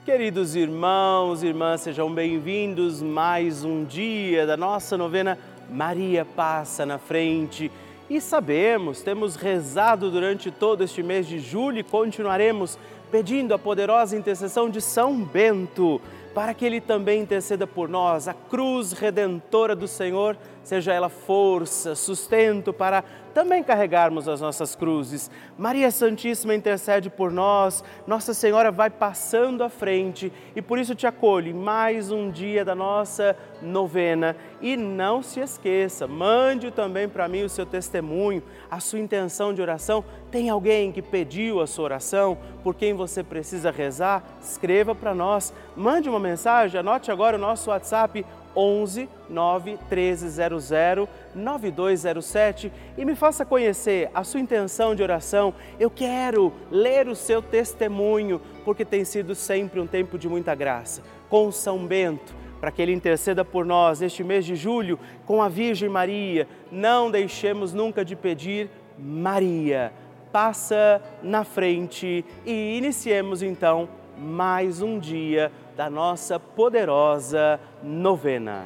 Queridos irmãos e irmãs, sejam bem-vindos mais um dia da nossa novena Maria Passa na Frente. E sabemos, temos rezado durante todo este mês de julho e continuaremos pedindo a poderosa intercessão de São Bento, para que ele também interceda por nós. A cruz redentora do Senhor, seja ela força, sustento para também carregarmos as nossas cruzes. Maria Santíssima intercede por nós, Nossa Senhora vai passando à frente e por isso te acolho em mais um dia da nossa novena. E não se esqueça, mande também para mim o seu testemunho, a sua intenção de oração. Tem alguém que pediu a sua oração, por quem você precisa rezar? Escreva para nós, mande uma mensagem, anote agora o nosso WhatsApp 11 9 1300 9207 e me faça conhecer a sua intenção de oração. Eu quero ler o seu testemunho, porque tem sido sempre um tempo de muita graça. Com São Bento, para que ele interceda por nós neste mês de julho, com a Virgem Maria, não deixemos nunca de pedir: Maria, passa na frente. E iniciemos então mais um dia da nossa poderosa novena.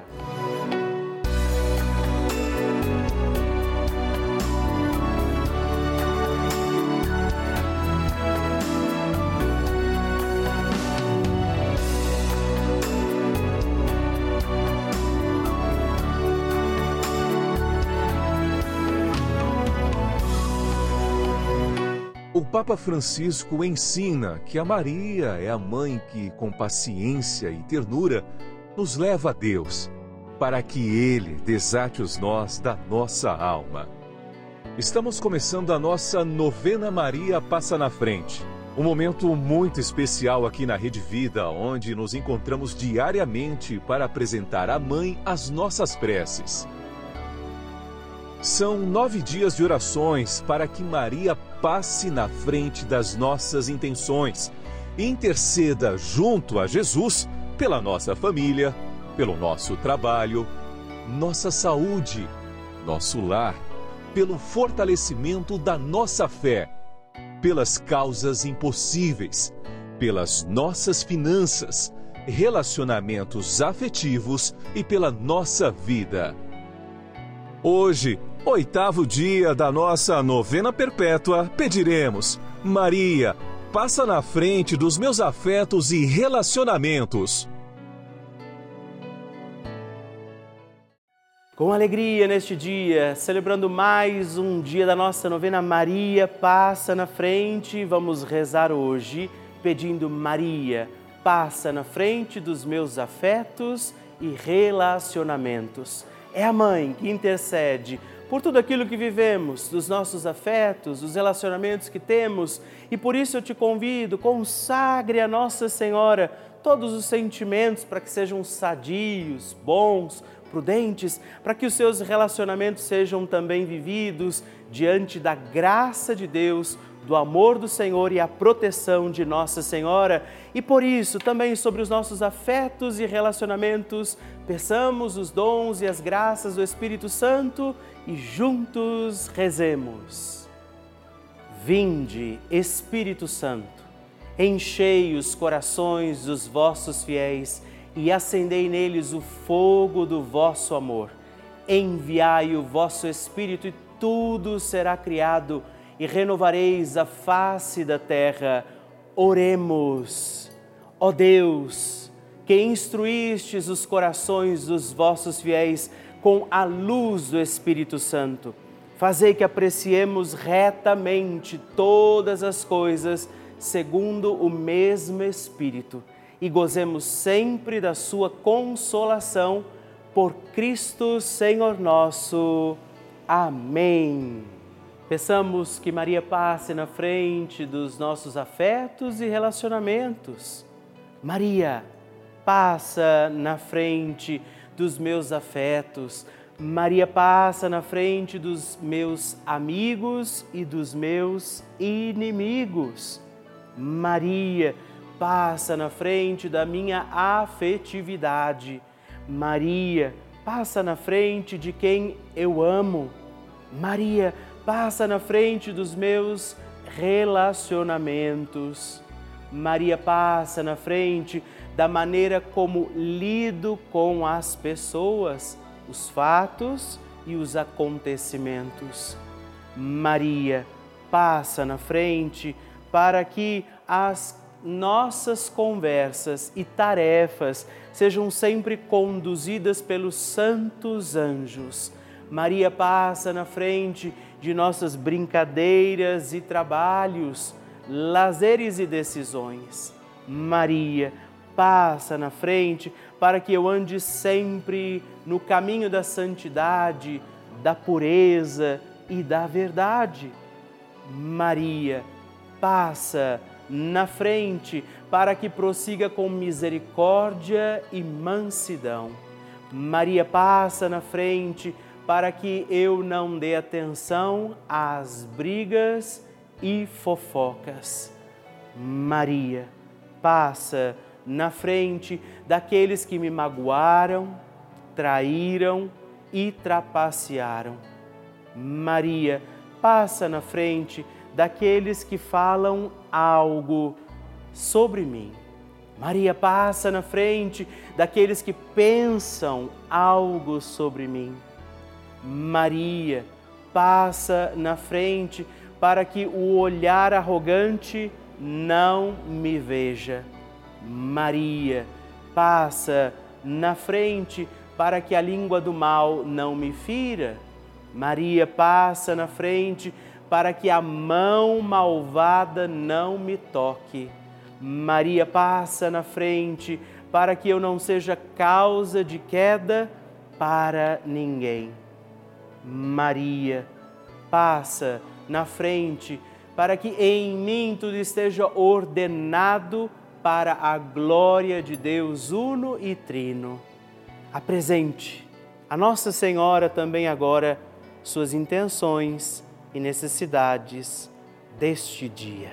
O Papa Francisco ensina que a Maria é a mãe que, com paciência e ternura, nos leva a Deus, para que Ele desate os nós da nossa alma. Estamos começando a nossa novena Maria Passa na Frente. Um momento muito especial aqui na Rede Vida, onde nos encontramos diariamente para apresentar à Mãe as nossas preces. São 9 dias de orações para que Maria passe na frente das nossas intenções e interceda junto a Jesus pela nossa família, pelo nosso trabalho, nossa saúde, nosso lar, pelo fortalecimento da nossa fé, pelas causas impossíveis, pelas nossas finanças, relacionamentos afetivos e pela nossa vida. Hoje, 8º dia da nossa novena perpétua, pediremos: Maria, passa na frente dos meus afetos e relacionamentos. Com alegria neste dia, celebrando mais um dia da nossa novena Maria Passa na Frente, vamos rezar hoje pedindo: Maria, passa na frente dos meus afetos e relacionamentos. É a mãe que intercede por tudo aquilo que vivemos, dos nossos afetos, dos relacionamentos que temos. E por isso eu te convido, consagre a Nossa Senhora todos os sentimentos para que sejam sadios, bons, prudentes, para que os seus relacionamentos sejam também vividos diante da graça de Deus, do amor do Senhor e a proteção de Nossa Senhora. E por isso, também sobre os nossos afetos e relacionamentos, peçamos os dons e as graças do Espírito Santo e juntos rezemos. Vinde, Espírito Santo, enchei os corações dos vossos fiéis e acendei neles o fogo do vosso amor. Enviai o vosso Espírito e tudo será criado e renovareis a face da terra. Oremos. Ó Deus, que instruístes os corações dos vossos fiéis com a luz do Espírito Santo, fazei que apreciemos retamente todas as coisas segundo o mesmo Espírito e gozemos sempre da sua consolação por Cristo Senhor nosso. Amém. Peçamos que Maria passe na frente dos nossos afetos e relacionamentos. Maria, passa na frente dos meus afetos. Maria, passa na frente dos meus amigos e dos meus inimigos. Maria, passa na frente da minha afetividade. Maria, passa na frente de quem eu amo. Maria, passa na frente dos meus relacionamentos. Maria passa na frente da maneira como lido com as pessoas, os fatos e os acontecimentos. Maria passa na frente para que as nossas conversas e tarefas sejam sempre conduzidas pelos santos anjos. Maria passa na frente de nossas brincadeiras e trabalhos, lazeres e decisões. Maria passa na frente para que eu ande sempre no caminho da santidade, da pureza e da verdade. Maria passa na frente para que prossiga com misericórdia e mansidão. Maria passa na frente para que eu não dê atenção às brigas e fofocas. Maria passa na frente daqueles que me magoaram, traíram e trapacearam. Maria passa na frente daqueles que falam algo sobre mim. Maria passa na frente daqueles que pensam algo sobre mim. Maria passa na frente para que o olhar arrogante não me veja. Maria passa na frente para que a língua do mal não me fira. Maria passa na frente para que a mão malvada não me toque. Maria passa na frente para que eu não seja causa de queda para ninguém. Maria passa na frente para que em mim tudo esteja ordenado para a glória de Deus uno e trino. Apresente a Nossa Senhora também agora suas intenções e necessidades deste dia.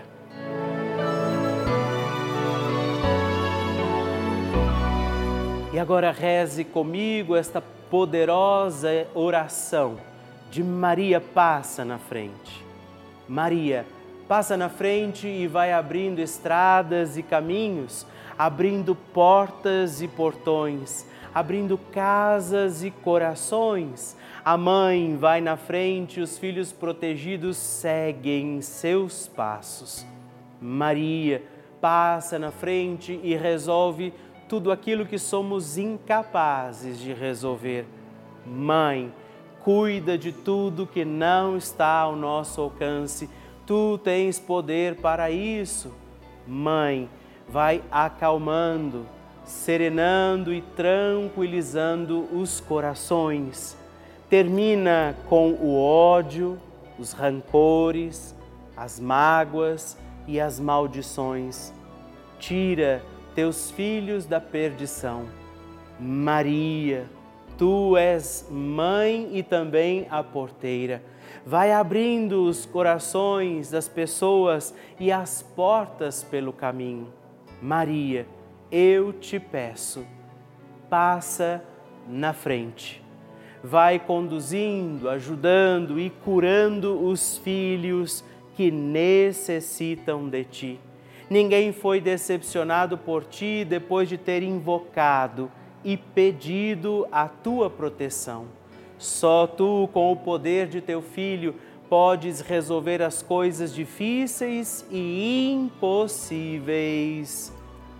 E agora reze comigo esta poderosa oração de Maria passa na frente. Maria passa na frente e vai abrindo estradas e caminhos, abrindo portas e portões, abrindo casas e corações. A mãe vai na frente, os filhos protegidos seguem seus passos. Maria passa na frente e resolve tudo aquilo que somos incapazes de resolver. Mãe, cuida de tudo que não está ao nosso alcance. Tu tens poder para isso. Mãe, vai acalmando, serenando e tranquilizando os corações. Termina com o ódio, os rancores, as mágoas e as maldições. Tira teus filhos da perdição. Maria, tu és mãe e também a porteira. Vai abrindo os corações das pessoas e as portas pelo caminho. Maria, eu te peço, passa na frente. Vai conduzindo, ajudando e curando os filhos que necessitam de ti. Ninguém foi decepcionado por ti depois de ter invocado e pedido a tua proteção. Só tu, com o poder de teu Filho, podes resolver as coisas difíceis e impossíveis.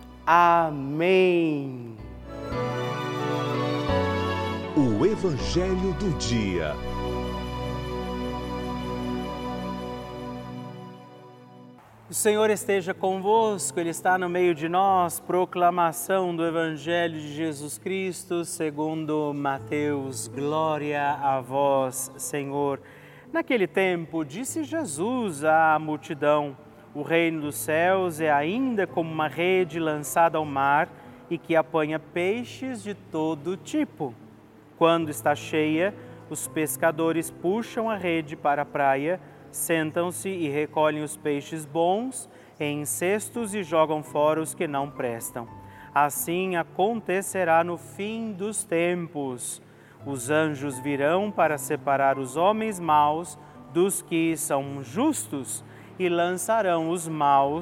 Amém. O Evangelho do Dia. O Senhor esteja convosco, Ele está no meio de nós. Proclamação do Evangelho de Jesus Cristo segundo Mateus. Glória a vós, Senhor. Naquele tempo, disse Jesus à multidão: o reino dos céus é ainda como uma rede lançada ao mar e que apanha peixes de todo tipo. Quando está cheia, os pescadores puxam a rede para a praia, sentam-se e recolhem os peixes bons em cestos e jogam fora os que não prestam. Assim acontecerá no fim dos tempos. Os anjos virão para separar os homens maus dos que são justos e lançarão os maus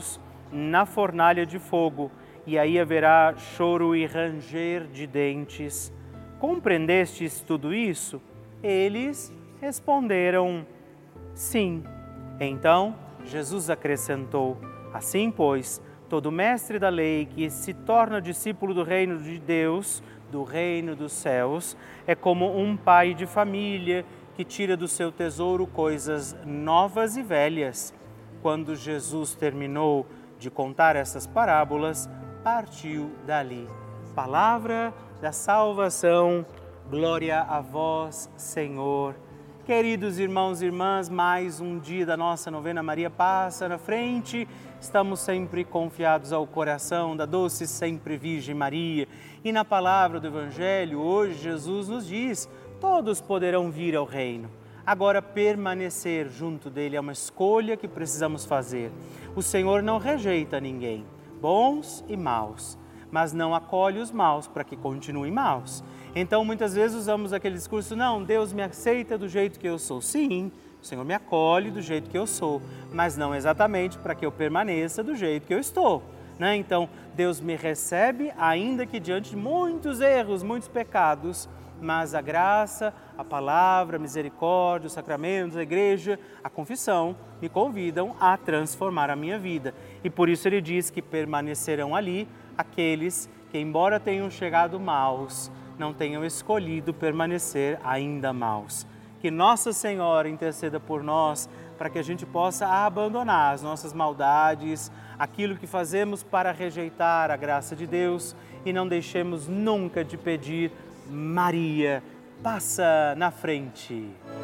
na fornalha de fogo, e aí haverá choro e ranger de dentes. Compreendestes tudo isso? Eles responderam: sim. Então Jesus acrescentou: assim, pois, todo mestre da lei que se torna discípulo do reino de Deus, do reino dos céus, é como um pai de família que tira do seu tesouro coisas novas e velhas. Quando Jesus terminou de contar essas parábolas, partiu dali. Palavra da salvação, glória a vós, Senhor. Queridos irmãos e irmãs, mais um dia da nossa novena Maria Passa na Frente. Estamos sempre confiados ao coração da doce sempre Virgem Maria. E na palavra do Evangelho, hoje Jesus nos diz: todos poderão vir ao reino. Agora, permanecer junto dele é uma escolha que precisamos fazer. O Senhor não rejeita ninguém, bons e maus, mas não acolhe os maus para que continuem maus. Então, muitas vezes usamos aquele discurso: não, Deus me aceita do jeito que eu sou. Sim, o Senhor me acolhe do jeito que eu sou, mas não exatamente para que eu permaneça do jeito que eu estou. Então, Deus me recebe, ainda que diante de muitos erros, muitos pecados, mas a graça, a palavra, a misericórdia, os sacramentos, a igreja, a confissão me convidam a transformar a minha vida. E por isso ele diz que permanecerão ali aqueles que, embora tenham chegado maus, não tenham escolhido permanecer ainda maus. Que Nossa Senhora interceda por nós para que a gente possa abandonar as nossas maldades, aquilo que fazemos para rejeitar a graça de Deus, e não deixemos nunca de pedir: Maria, passa na frente.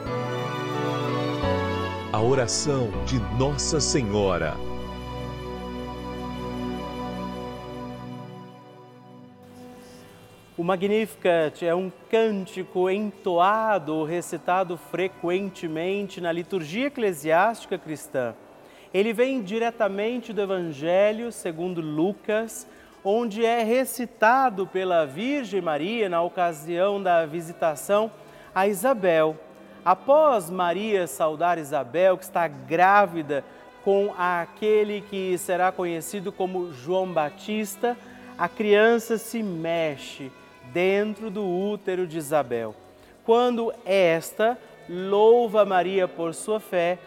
A oração de Nossa Senhora. O Magnificat é um cântico entoado ou recitado frequentemente na liturgia eclesiástica cristã. Ele vem diretamente do Evangelho segundo Lucas, onde é recitado pela Virgem Maria na ocasião da visitação a Isabel. Após Maria saudar Isabel, que está grávida com aquele que será conhecido como João Batista, a criança se mexe dentro do útero de Isabel. Quando esta louva Maria por sua fé,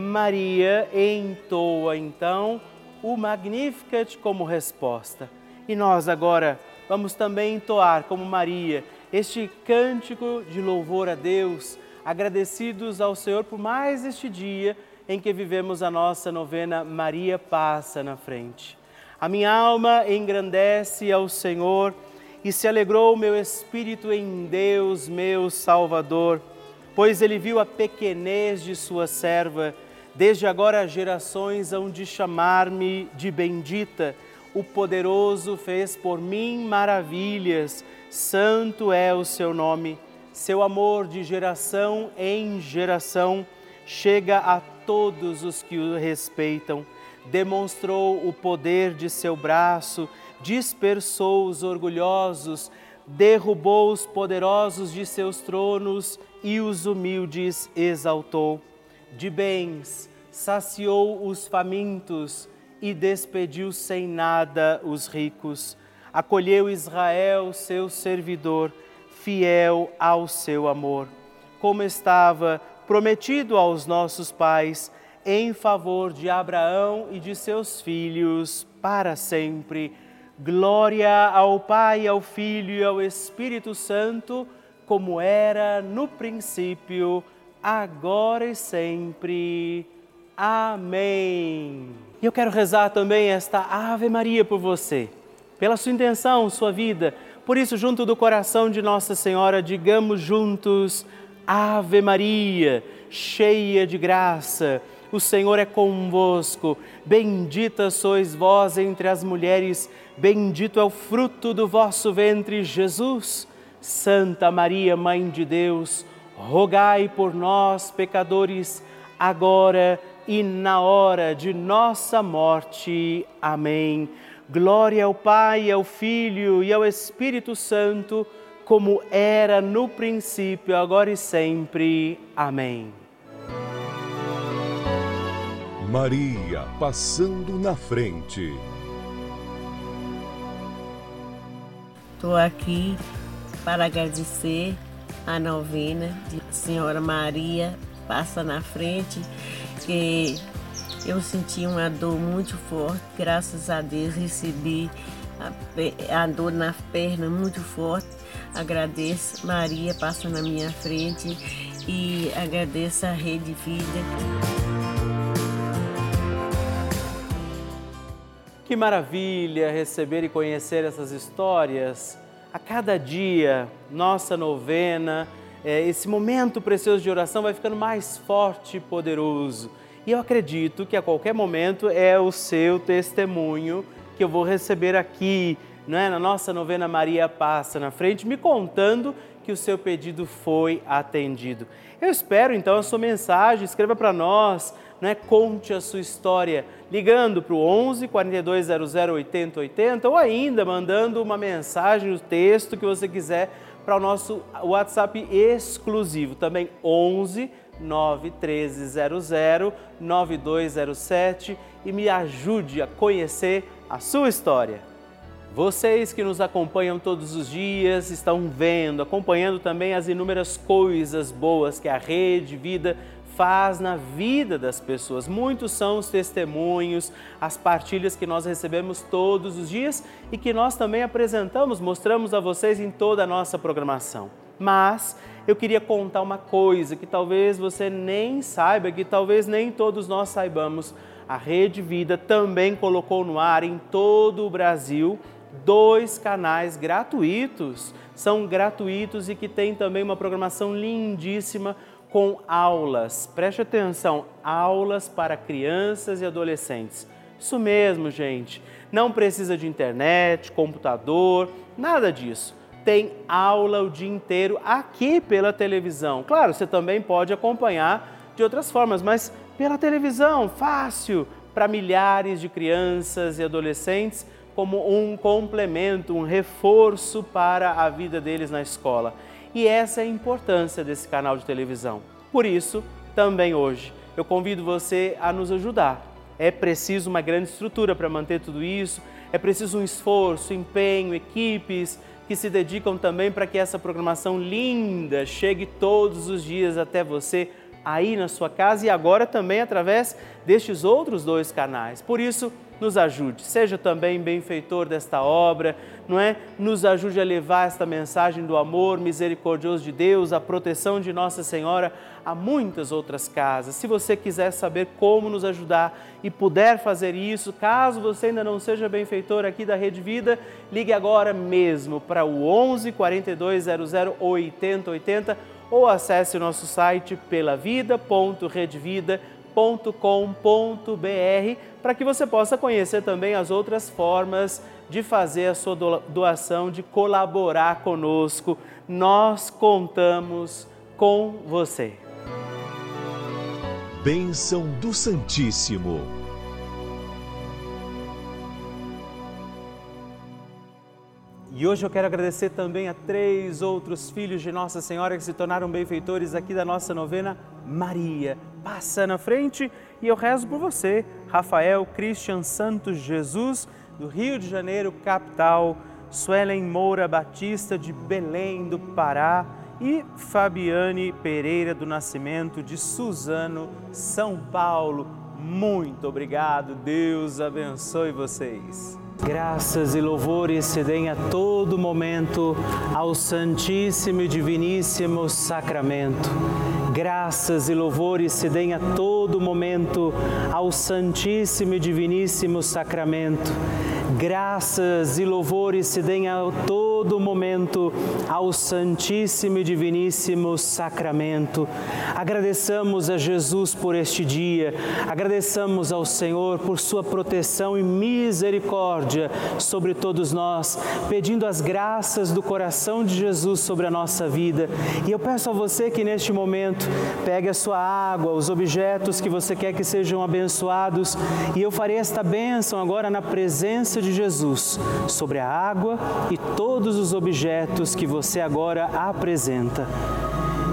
Maria entoa então o Magnificat como resposta. E nós agora vamos também entoar como Maria este cântico de louvor a Deus, agradecidos ao Senhor por mais este dia em que vivemos a nossa novena Maria Passa na Frente. A minha alma engrandece ao Senhor e se alegrou o meu espírito em Deus, meu Salvador, pois Ele viu a pequenez de sua serva. Desde agora as gerações hão de chamar-me de bendita. O poderoso fez por mim maravilhas, santo é o seu nome. Seu amor de geração em geração chega a todos os que o respeitam. Demonstrou o poder de seu braço, dispersou os orgulhosos, derrubou os poderosos de seus tronos e os humildes exaltou. De bens saciou os famintos e despediu sem nada os ricos. Acolheu Israel, seu servidor, fiel ao seu amor, como estava prometido aos nossos pais, em favor de Abraão e de seus filhos para sempre. Glória ao Pai, ao Filho e ao Espírito Santo, como era no princípio, agora e sempre. Amém. E eu quero rezar também esta Ave Maria por você, pela sua intenção, sua vida. Por isso, junto do coração de Nossa Senhora, digamos juntos: Ave Maria, cheia de graça, o Senhor é convosco. Bendita sois vós entre as mulheres, bendito é o fruto do vosso ventre, Jesus. Santa Maria, Mãe de Deus, rogai por nós, pecadores, agora e na hora de nossa morte. Amém. Glória ao Pai, ao Filho e ao Espírito Santo, como era no princípio, agora e sempre. Amém. Maria passando na frente. Estou aqui para agradecer a novena de Senhora Maria Passa na Frente, que eu senti uma dor muito forte, graças a Deus recebi a dor na perna muito forte. Agradeço, Maria passa na minha frente, e agradeço a Rede Vida. Que maravilha receber e conhecer essas histórias. A cada dia, nossa novena, esse momento precioso de oração vai ficando mais forte e poderoso. E eu acredito que a qualquer momento é o seu testemunho que eu vou receber aqui, não é? Na nossa novena Maria Passa na Frente, me contando que o seu pedido foi atendido. Eu espero então a sua mensagem, escreva para nós, não é? Conte a sua história, ligando para o 11 4200 8080 ou ainda mandando uma mensagem, o texto que você quiser para o nosso WhatsApp exclusivo, também 11 91300 9207, e me ajude a conhecer a sua história. Vocês que nos acompanham todos os dias estão vendo, acompanhando também as inúmeras coisas boas que a Rede Vida faz na vida das pessoas. Muitos são os testemunhos, as partilhas que nós recebemos todos os dias e que nós também apresentamos, mostramos a vocês em toda a nossa programação. Mas eu queria contar uma coisa que talvez você nem saiba, que talvez nem todos nós saibamos. A Rede Vida também colocou no ar em todo o Brasil 2 canais gratuitos. São gratuitos e que tem também uma programação lindíssima com aulas. Preste atenção, aulas para crianças e adolescentes. Isso mesmo, gente. Não precisa de internet, computador, nada disso. Tem aula o dia inteiro aqui pela televisão. Claro, você também pode acompanhar de outras formas, mas pela televisão, fácil, para milhares de crianças e adolescentes, como um complemento, um reforço para a vida deles na escola. E essa é a importância desse canal de televisão. Por isso, também hoje, eu convido você a nos ajudar. É preciso uma grande estrutura para manter tudo isso, é preciso um esforço, empenho, equipes que se dedicam também para que essa programação linda chegue todos os dias até você aí na sua casa e agora também através destes outros 2 canais. Por isso, nos ajude, seja também benfeitor desta obra, não é? Nos ajude a levar esta mensagem do amor misericordioso de Deus, a proteção de Nossa Senhora a muitas outras casas. Se você quiser saber como nos ajudar e puder fazer isso, caso você ainda não seja benfeitor aqui da Rede Vida, ligue agora mesmo para o 11 4200 8080 ou acesse o nosso site pelavida.redvida.com.br para que você possa conhecer também as outras formas de fazer a sua doação, de colaborar conosco. Nós contamos com você. Bênção do Santíssimo. E hoje eu quero agradecer também a 3 outros filhos de Nossa Senhora que se tornaram benfeitores aqui da nossa novena Maria Passa na Frente. E eu rezo por você, Rafael Christian Santos Jesus, do Rio de Janeiro, capital, Suelen Moura Batista, de Belém do Pará, e Fabiane Pereira do Nascimento, de Suzano, São Paulo. Muito obrigado, Deus abençoe vocês. Graças e louvores se deem a todo momento ao Santíssimo e Diviníssimo Sacramento. Graças e louvores se deem a todo momento ao Santíssimo e Diviníssimo Sacramento. Graças e louvores se deem a todo momento ao Santíssimo e Diviníssimo Sacramento. Agradeçamos a Jesus por este dia, agradeçamos ao Senhor por sua proteção e misericórdia sobre todos nós, pedindo as graças do coração de Jesus sobre a nossa vida. E eu peço a você que neste momento pegue a sua água, os objetos que você quer que sejam abençoados, e eu farei esta bênção agora na presença de Jesus, sobre a água e todos os objetos que você agora apresenta.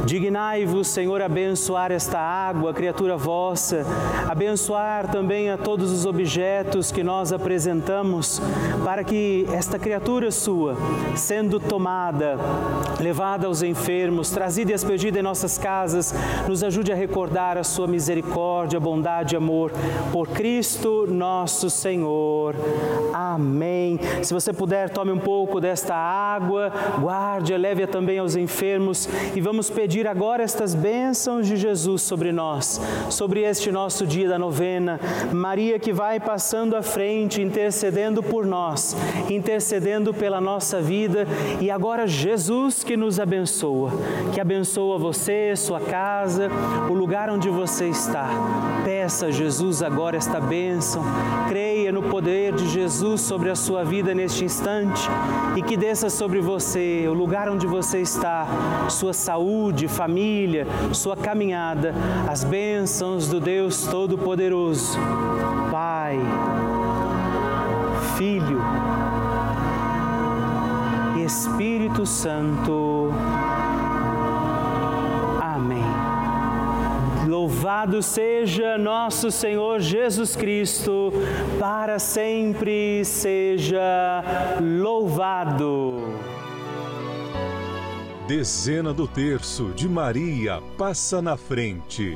Dignai-vos, Senhor, abençoar esta água, criatura vossa, abençoar também a todos os objetos que nós apresentamos, para que esta criatura sua, sendo tomada, levada aos enfermos, trazida e expedida em nossas casas, nos ajude a recordar a sua misericórdia, bondade e amor, por Cristo nosso Senhor. Amém. Se você puder, tome um pouco desta água, guarde, leve-a também aos enfermos e vamos pedir agora estas bênçãos de Jesus sobre nós, sobre este nosso dia da novena. Maria que vai passando à frente, intercedendo por nós, intercedendo pela nossa vida, e agora Jesus que nos abençoa, que abençoa você, sua casa, o lugar onde você está. Peça a Jesus agora esta bênção, creia no poder de Jesus sobre a sua vida neste instante e que desça sobre você, o lugar onde você está, sua saúde, família, sua caminhada, as bênçãos do Deus Todo-Poderoso, Pai, Filho e Espírito Santo. Amém. Louvado seja nosso Senhor Jesus Cristo, para sempre seja louvado. Dezena do terço de Maria passa na frente.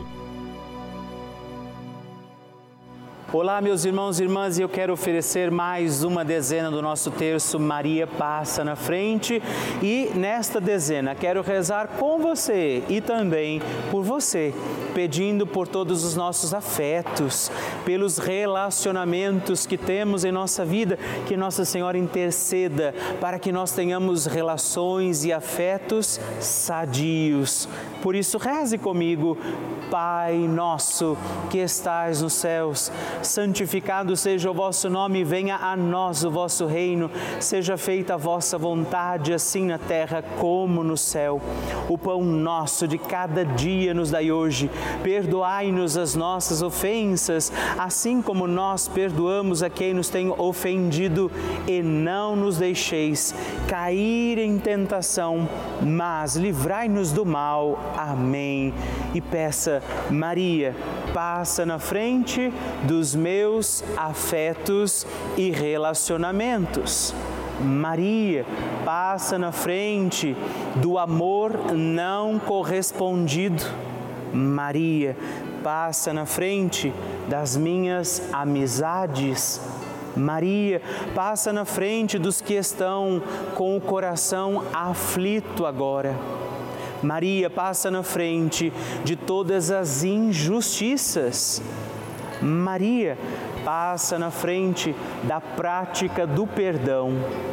Olá, meus irmãos e irmãs, e eu quero oferecer mais uma dezena do nosso terço Maria Passa na Frente. E nesta dezena quero rezar com você e também por você, pedindo por todos os nossos afetos, pelos relacionamentos que temos em nossa vida, que Nossa Senhora interceda para que nós tenhamos relações e afetos sadios. Por isso, reze comigo. Pai nosso que estais nos céus, santificado seja o vosso nome, venha a nós o vosso reino, seja feita a vossa vontade, assim na terra como no céu. O pão nosso de cada dia nos dai hoje, perdoai-nos as nossas ofensas, assim como nós perdoamos a quem nos tem ofendido, e não nos deixeis cair em tentação, mas livrai-nos do mal. Amém. E peça: Maria, passa na frente dos meus afetos e relacionamentos. Maria, passa na frente do amor não correspondido. Maria, passa na frente das minhas amizades. Maria, passa na frente dos que estão com o coração aflito agora. Maria, passa na frente de todas as injustiças. Maria, passa na frente da prática do perdão.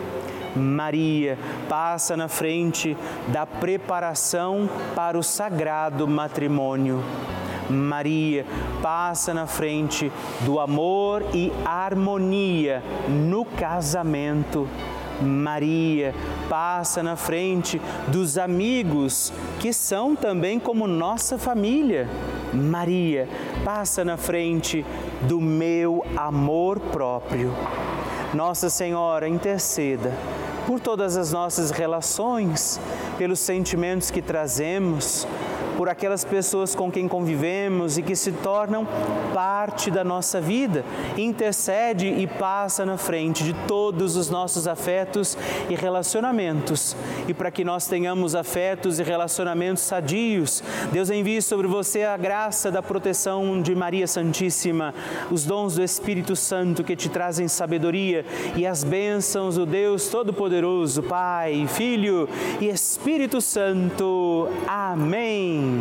Maria, passa na frente da preparação para o sagrado matrimônio. Maria, passa na frente do amor e harmonia no casamento. Maria, passa na frente dos amigos que são também como nossa família. Maria, passa na frente do meu amor próprio. Nossa Senhora, interceda por todas as nossas relações, pelos sentimentos que trazemos, por aquelas pessoas com quem convivemos e que se tornam parte da nossa vida. Intercede e passa na frente de todos os nossos afetos e relacionamentos. E para que nós tenhamos afetos e relacionamentos sadios, Deus envie sobre você a graça da proteção de Maria Santíssima, os dons do Espírito Santo que te trazem sabedoria e as bênçãos do Deus Todo-Poderoso, Pai, Filho e Espírito Santo. Amém.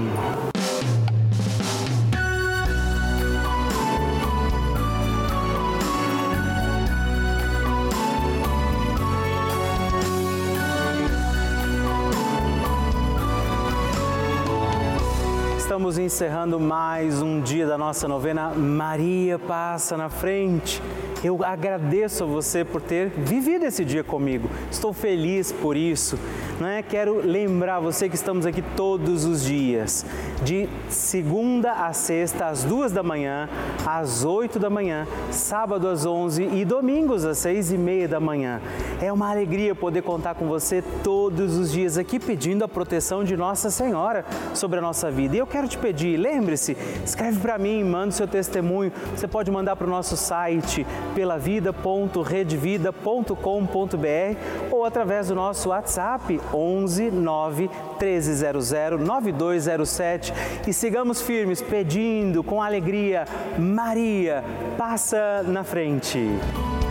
Estamos encerrando mais um dia da nossa novena Maria Passa na Frente. Eu agradeço a você por ter vivido esse dia comigo. Estou feliz por isso. Quero lembrar você que estamos aqui todos os dias, de segunda a sexta, às 2 da manhã, às 8 da manhã, sábado às 11 e domingos às 6h30 da manhã. É uma alegria poder contar com você todos os dias aqui, pedindo a proteção de Nossa Senhora sobre a nossa vida. E eu quero te pedir, lembre-se, escreve para mim, manda o seu testemunho. Você pode mandar para o nosso site pelavida.redvida.com.br ou através do nosso WhatsApp 11 9 1300 9207 e sigamos firmes pedindo com alegria: Maria, passa na frente.